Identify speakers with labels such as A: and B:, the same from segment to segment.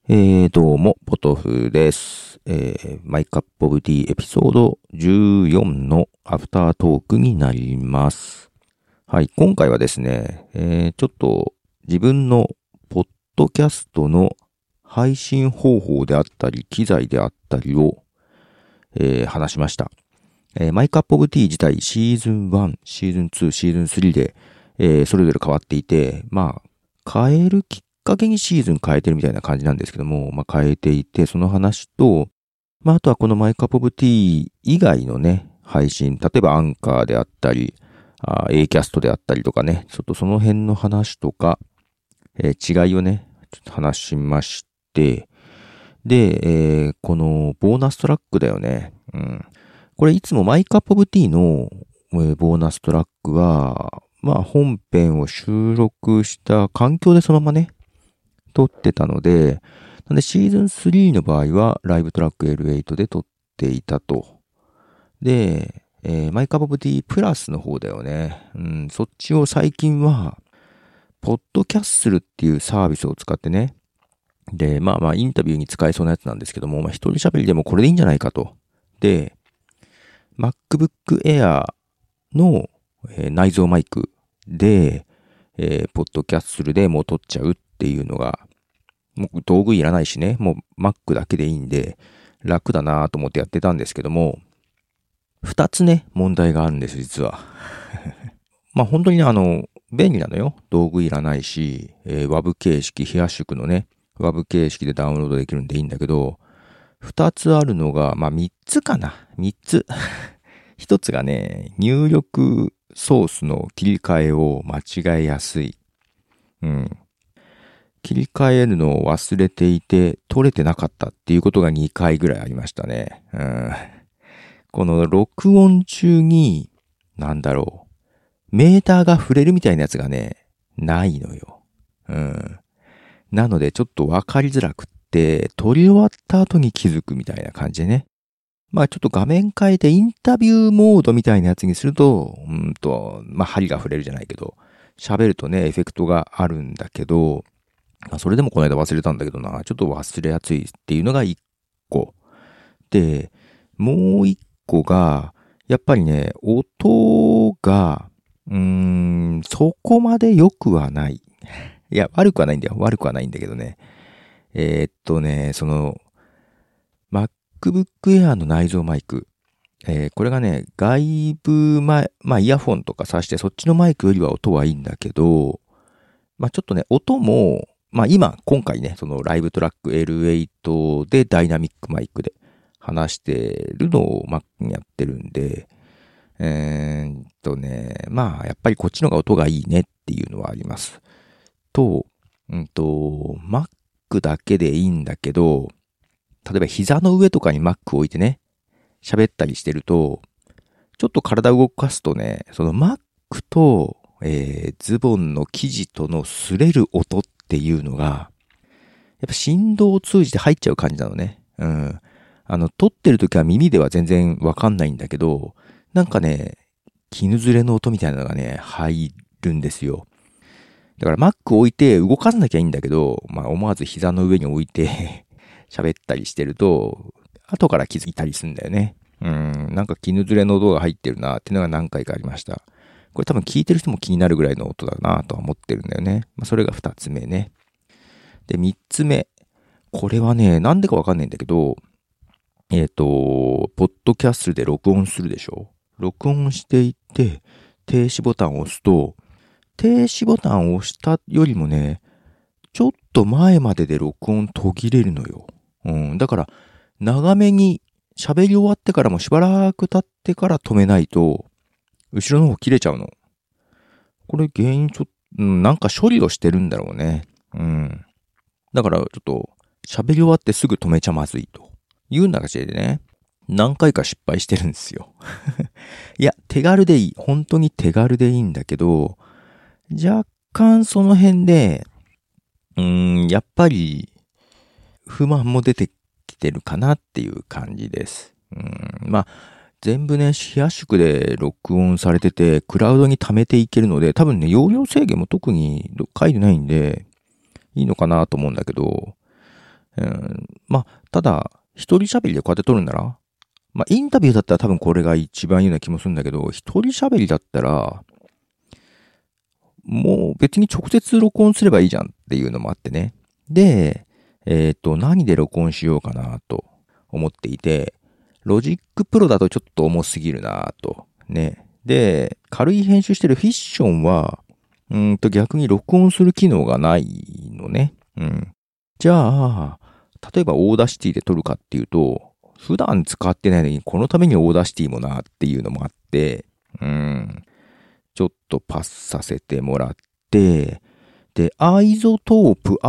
A: どうも、ポトフです。マイカップオブティーエピソード14のアフタートークになります。はい、今回はですね、ちょっと自分のポッドキャストの配信方法であったり、機材であったりを、話しました。マイカップオブティー自体シーズン1、シーズン2、シーズン3で、それぞれ変わっていて、変えるきっかけにシーズン変えてるみたいな感じなんですけども、変えていて、その話と、あとはこのマイカップオブティー以外のね、配信、例えばアンカーであったり、A キャストであったりとかね、ちょっとその辺の話とか、違いをね、ちょっと話しまして、で、このボーナストラックだよね。これいつもマイカップオブティーの、ボーナストラックは、本編を収録した環境でそのままね、撮ってたので、なんでシーズン3の場合はライブトラック L8 で撮っていたと。で、マイカップオブティープラスの方だよね。そっちを最近は、ポッドキャッスルっていうサービスを使ってね。で、インタビューに使えそうなやつなんですけども、一人喋りでもこれでいいんじゃないかと。で、MacBook Air の、内蔵マイクで、ポッドキャッスルでもう撮っちゃうっていうのが、もう道具いらないしね、もう Mac だけでいいんで、楽だなと思ってやってたんですけども、二つね、問題があるんです、実は。本当にね、便利なのよ。道具いらないし、WAV 形式、非圧縮のね、WAV 形式でダウンロードできるんでいいんだけど、二つあるのが、三つかな。三つ。一つがね、入力ソースの切り替えを間違えやすい。切り替えるのを忘れていて、取れてなかったっていうことが2回ぐらいありましたね。この録音中に、メーターが触れるみたいなやつがね、ないのよ。なのでちょっとわかりづらくって、撮り終わった後に気づくみたいな感じでね。ちょっと画面変えてインタビューモードみたいなやつにすると、針が触れるじゃないけど、喋るとね、エフェクトがあるんだけど、それでもこの間忘れたんだけどな、ちょっと忘れやすいっていうのが一個。で、もう一個が、やっぱりね、音が、そこまで良くはない。いや、悪くはないんだよ。悪くはないんだけどね。その、MacBook Air の内蔵マイク。これがね、外部イヤホンとか挿してそっちのマイクよりは音はいいんだけど、ちょっとね、音も、今回ね、そのライブトラック L8 でダイナミックマイクで話してるのを Mac にやってるんで、やっぱりこっちのが音がいいねっていうのはあります。と、Mac だけでいいんだけど、例えば膝の上とかに Mac を置いてね、喋ったりしてると、ちょっと体を動かすとね、その Mac と、ズボンの生地との擦れる音っていうのが、やっぱ振動を通じて入っちゃう感じなのね。撮ってる時は耳では全然わかんないんだけど、絹ずれの音みたいなのがね、入るんですよ。だから Mac を置いて動かさなきゃいいんだけど、思わず膝の上に置いて喋ったりしてると、後から気づいたりするんだよね。絹ずれの音が入ってるなっていうのが何回かありました。これ多分聞いてる人も気になるぐらいの音だなとは思ってるんだよね。それが二つ目ね。で、三つ目。これはね、なんでかわかんないんだけど、ポッドキャストで録音するでしょ？録音していって、停止ボタンを押すと、停止ボタンを押したよりもね、ちょっと前までで録音途切れるのよ。だから、長めに喋り終わってからもしばらく経ってから止めないと、後ろの方切れちゃうの。これ原因なんか処理をしてるんだろうね。だからちょっと喋り終わってすぐ止めちゃまずいという流れでね、何回か失敗してるんですよ。いや、手軽でいい。本当に手軽でいいんだけど、若干その辺で、やっぱり不満も出てきてるかなっていう感じです。全部ね、非圧縮で録音されてて、クラウドに貯めていけるので、多分ね、容量制限も特に書いてないんで、いいのかなと思うんだけど、 まあ、ただ、一人喋りでこうやって撮るんなら、まあ、インタビューだったら多分これが一番いいような気もするんだけど、一人喋りだったら、もう別に直接録音すればいいじゃんっていうのもあってね。で、何で録音しようかなと思っていて、ロジックプロだとちょっと重すぎるなと。ね。で、軽い編集してるフィッションは、逆に録音する機能がないのね。じゃあ、例えばオーダーシティで撮るかっていうと、普段使ってないのにこのためにオーダーシティもなっていうのもあって、ちょっとパスさせてもらって、で、アイゾトープ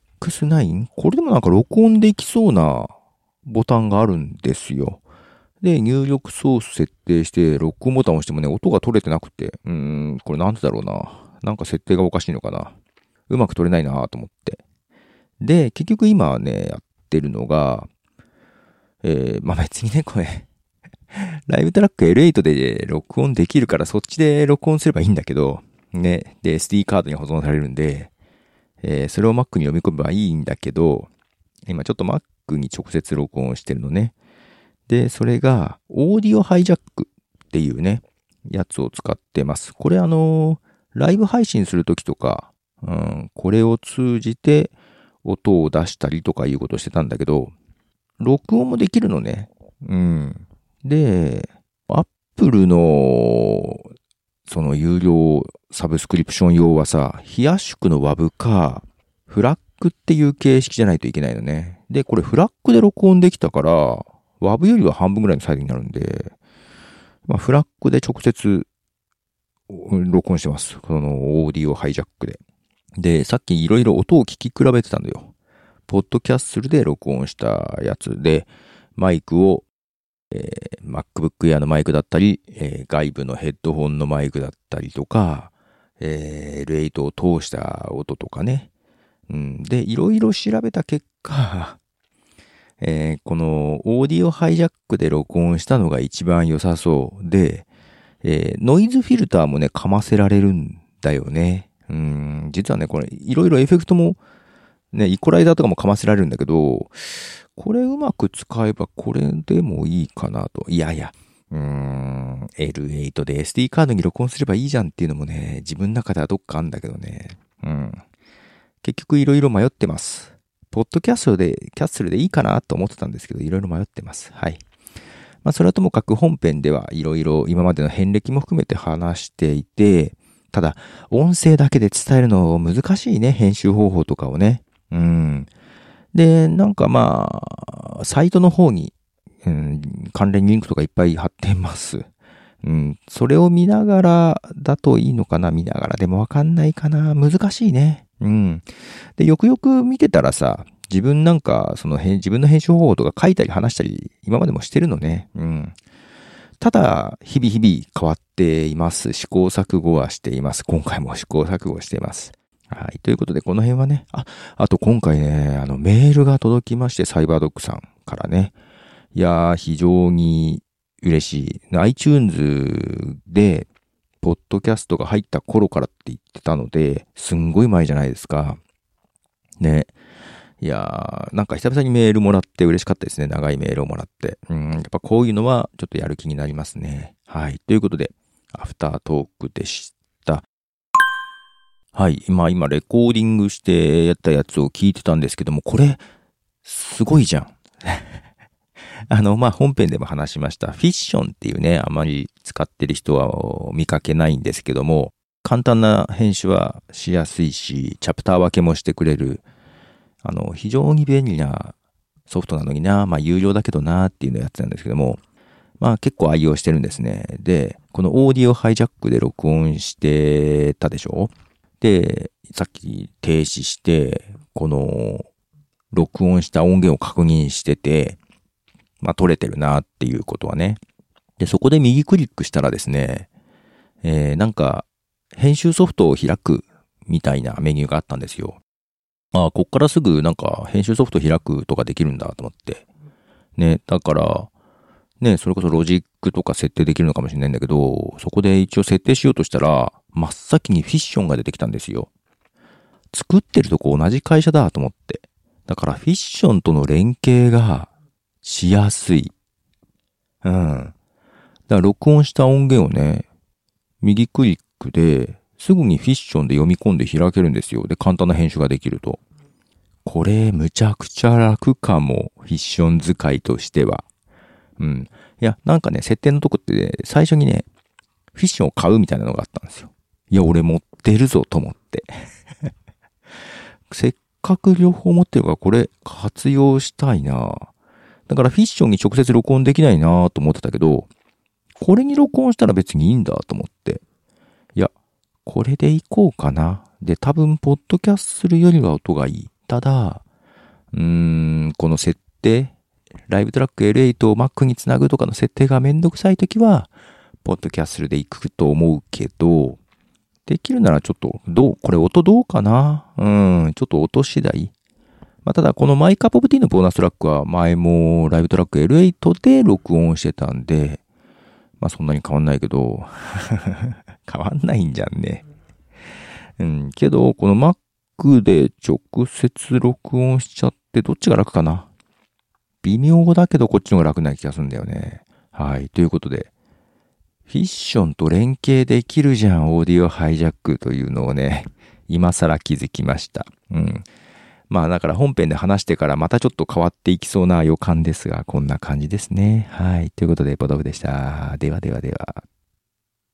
A: RX9? これでもなんか録音できそうなボタンがあるんですよ。で、入力ソース設定して、録音ボタンを押してもね、音が取れてなくて、これなんでだろうな。なんか設定がおかしいのかな。うまく取れないなと思って。で、結局今ね、やってるのが、まあ別にね、これ、ライブトラック L8 で録音できるからそっちで録音すればいいんだけど、ね。で、SD カードに保存されるんで、それを Mac に読み込めばいいんだけど、今ちょっと Mac に直接録音してるのね。で、それが、オーディオハイジャックっていうね、やつを使ってます。これライブ配信するときとか、これを通じて音を出したりとかいうことをしてたんだけど、録音もできるのね。で、Apple の、その有料サブスクリプション用はさ、非圧縮の WAV か、フラッグっていう形式じゃないといけないのね。で、これフラッグで録音できたから、WAV よりは半分ぐらいのサイズになるんで、まあ、フラッグで直接録音してます。このオーディオハイジャックで。で、さっきいろいろ音を聞き比べてたんだよ。ポッドキャッスルで録音したやつで、マイクを、MacBook Air のマイクだったり、外部のヘッドホンのマイクだったりとか、L8 を通した音とかね。で、いろいろ調べた結果、このオーディオハイジャックで録音したのが一番良さそうで、ノイズフィルターもね、かませられるんだよね。実はね、これ、いろいろエフェクトも、ね、イコライザーとかもかませられるんだけど、これうまく使えばこれでもいいかなと。いやいや、L8 で SD カードに録音すればいいじゃんっていうのもね、自分の中ではどっかあるんだけどね。結局いろいろ迷ってます。ポッドキャッスルでいいかなと思ってたんですけど、いろいろ迷ってます。はい。まあ、それはともかく本編ではいろいろ今までの遍歴も含めて話していて、ただ、音声だけで伝えるの難しいね、編集方法とかをね。で、なんかまあ、サイトの方に、関連リンクとかいっぱい貼ってます。それを見ながらだといいのかな、見ながらでもわかんないかな、難しいね。で、よくよく見てたらさ、自分なんか、自分の編集方法とか書いたり話したり、今までもしてるのね。ただ、日々変わっています。試行錯誤はしています。今回も試行錯誤しています。はい。ということで、この辺はね、あと今回ね、メールが届きまして、サイバードッグさんからね。いやー、非常に嬉しい。iTunes で、ポッドキャストが入った頃からって言ってたので、すんごい前じゃないですか。ね。いやー、なんか久々にメールもらって嬉しかったですね。長いメールをもらって。やっぱこういうのはちょっとやる気になりますね。はい。ということで、アフタートークでした。はい。今レコーディングしてやったやつを聞いてたんですけども、これ、すごいじゃん。まあ、本編でも話しました。フィッションっていうね、あまり使ってる人は見かけないんですけども、簡単な編集はしやすいし、チャプター分けもしてくれる、非常に便利なソフトなのにな、まあ、有料だけどなっていうのやつなんですけども、まあ、結構愛用してるんですね。で、このオーディオハイジャックで録音してたでしょ？で、さっき停止して、この、録音した音源を確認してて、まあ、撮れてるなっていうことはね。で、そこで右クリックしたらですね、なんか、編集ソフトを開くみたいなメニューがあったんですよ。こっからすぐなんか編集ソフト開くとかできるんだと思って。ね、だから、ね、それこそロジックとか設定できるのかもしれないんだけど、そこで一応設定しようとしたら、真っ先にフィッションが出てきたんですよ。作ってるとこ同じ会社だと思って。 だからフィッションとの連携がしやすい。だから録音した音源をね、右クリックですぐにフィッションで読み込んで開けるんですよ。で、簡単な編集ができると。これ、むちゃくちゃ楽かも。フィッション使いとしては。いや、なんかね、設定のとこって、最初にね、フィッションを買うみたいなのがあったんですよ。いや、俺持ってるぞと思って。せっかく両方持ってるからこれ活用したいな。だからフィッションに直接録音できないなと思ってたけど、これに録音したら別にいいんだと思って。いや、これでいこうかな。で、多分、ポッドキャストするよりは音がいい。ただ、この設定、ライブトラック L8 を Mac につなぐとかの設定がめんどくさいときは、ポッドキャッスルで行くと思うけど、できるならちょっと、これ音どうかな？ちょっと音次第。ただこのマイカップオブティーのボーナストラックは前もライブトラック L8 で録音してたんで、そんなに変わんないけど、変わんないんじゃんね。けど、この Mac で直接録音しちゃってどっちが楽かな？微妙だけどこっちの方が楽な気がするんだよね。はい。ということで、フィッションと連携できるじゃん、オーディオハイジャックというのをね、今更気づきました。だから本編で話してからまたちょっと変わっていきそうな予感ですが、こんな感じですね。はい。ということで、ボドブでした。ではではでは。